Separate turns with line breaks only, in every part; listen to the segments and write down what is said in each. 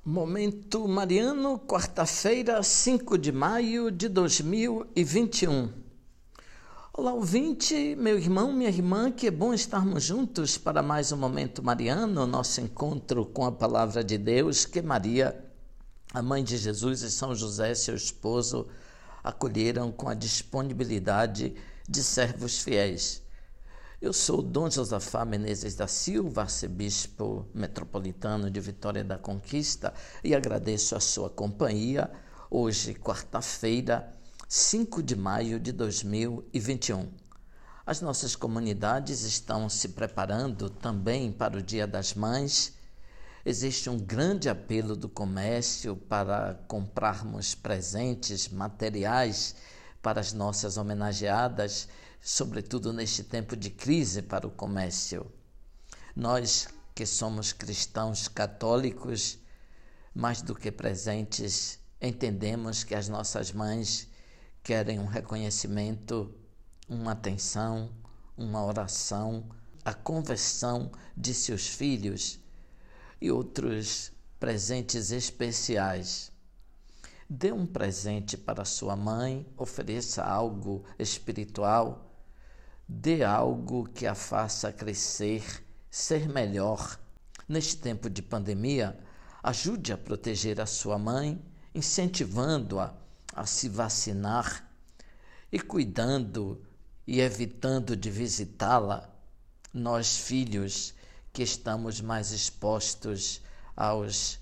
Momento Mariano, quarta-feira, 5 de maio de 2021. Olá, ouvinte, meu irmão, minha irmã, que é bom estarmos juntos para mais um Momento Mariano, nosso encontro com a Palavra de Deus, que Maria, a mãe de Jesus, e São José, seu esposo, acolheram com a disponibilidade de servos fiéis. Eu sou Dom Josafá Menezes da Silva, arcebispo metropolitano de Vitória da Conquista, e agradeço a sua companhia hoje, quarta-feira, 5 de maio de 2021. As nossas comunidades estão se preparando também para o Dia das Mães. Existe um grande apelo do comércio para comprarmos presentes materiais para as nossas homenageadas, sobretudo neste tempo de crise para o comércio. Nós que somos cristãos católicos, mais do que presentes, entendemos que as nossas mães querem um reconhecimento, uma atenção, uma oração, a conversão de seus filhos e outros presentes especiais. Dê um presente para sua mãe, ofereça algo espiritual, dê algo que a faça crescer, ser melhor. Neste tempo de pandemia, ajude a proteger a sua mãe, incentivando-a a se vacinar e cuidando e evitando de visitá-la. Nós, filhos, que estamos mais expostos aos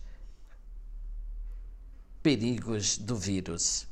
perigos do vírus.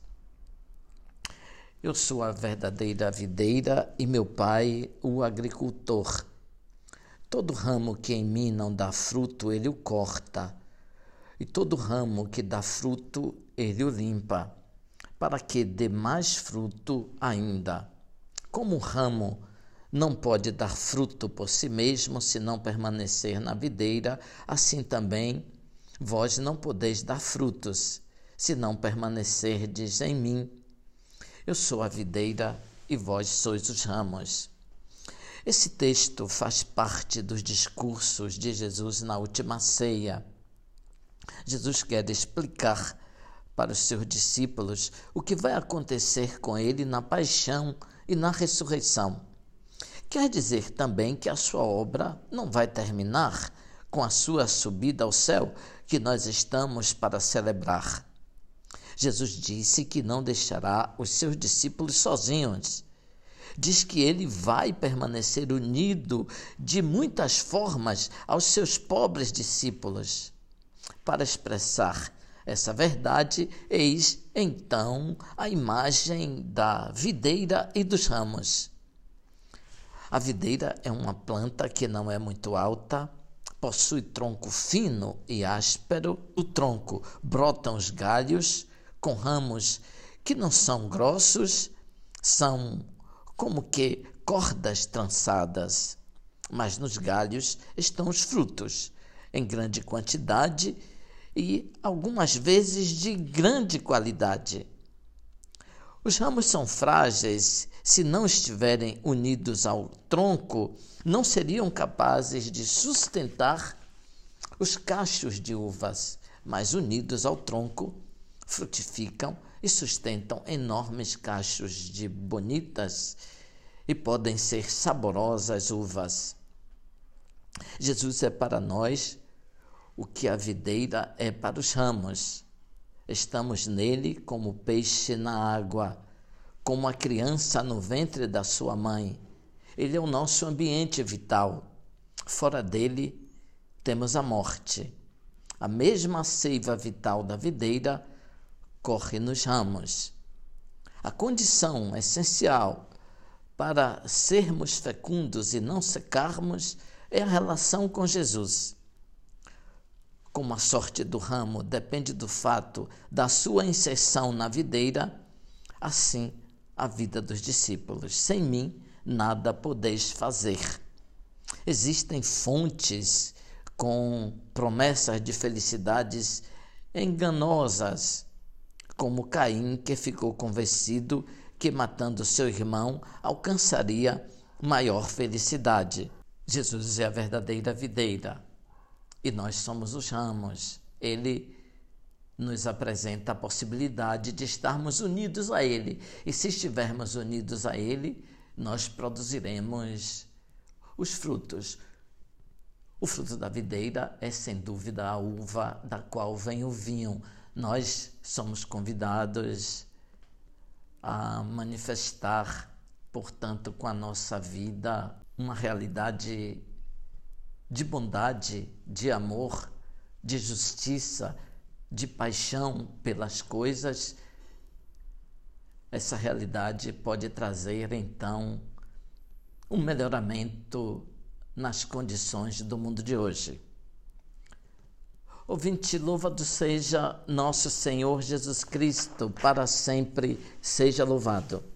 Eu sou a verdadeira videira e meu pai o agricultor. Todo ramo que em mim não dá fruto, ele o corta, e todo ramo que dá fruto, ele o limpa, para que dê mais fruto ainda. Como o ramo não pode dar fruto por si mesmo, se não permanecer na videira, assim também vós não podeis dar frutos, se não permanecerdes em mim. Eu sou a videira e vós sois os ramos. Esse texto faz parte dos discursos de Jesus na última ceia. Jesus quer explicar para os seus discípulos o que vai acontecer com ele na paixão e na ressurreição. Quer dizer também que a sua obra não vai terminar com a sua subida ao céu, que nós estamos para celebrar. Jesus disse que não deixará os seus discípulos sozinhos. Diz que ele vai permanecer unido de muitas formas aos seus pobres discípulos. Para expressar essa verdade, eis então a imagem da videira e dos ramos. A videira é uma planta que não é muito alta, possui tronco fino e áspero. Do tronco brotam os galhos, com ramos que não são grossos, são como que cordas trançadas, mas nos galhos estão os frutos, em grande quantidade e algumas vezes de grande qualidade. Os ramos são frágeis, se não estiverem unidos ao tronco, não seriam capazes de sustentar os cachos de uvas, mas unidos ao tronco, frutificam e sustentam enormes cachos de bonitas e podem ser saborosas uvas. Jesus é para nós o que a videira é para os ramos. Estamos nele como peixe na água, como a criança no ventre da sua mãe. Ele é o nosso ambiente vital. Fora dele, temos a morte. A mesma seiva vital da videira corre nos ramos. A condição essencial para sermos fecundos e não secarmos é a relação com Jesus. Como a sorte do ramo depende do fato da sua inserção na videira, assim a vida dos discípulos. Sem mim, nada podeis fazer. Existem fontes com promessas de felicidades enganosas, como Caim, que ficou convencido que matando seu irmão alcançaria maior felicidade. Jesus é a verdadeira videira e nós somos os ramos. Ele nos apresenta a possibilidade de estarmos unidos a Ele. E se estivermos unidos a Ele, nós produziremos os frutos. O fruto da videira é, sem dúvida, a uva da qual vem o vinho. Nós somos convidados a manifestar, portanto, com a nossa vida, uma realidade de bondade, de amor, de justiça, de paixão pelas coisas. Essa realidade pode trazer, então, um melhoramento nas condições do mundo de hoje. Ouvinte, louvado seja nosso Senhor Jesus Cristo, para sempre seja louvado.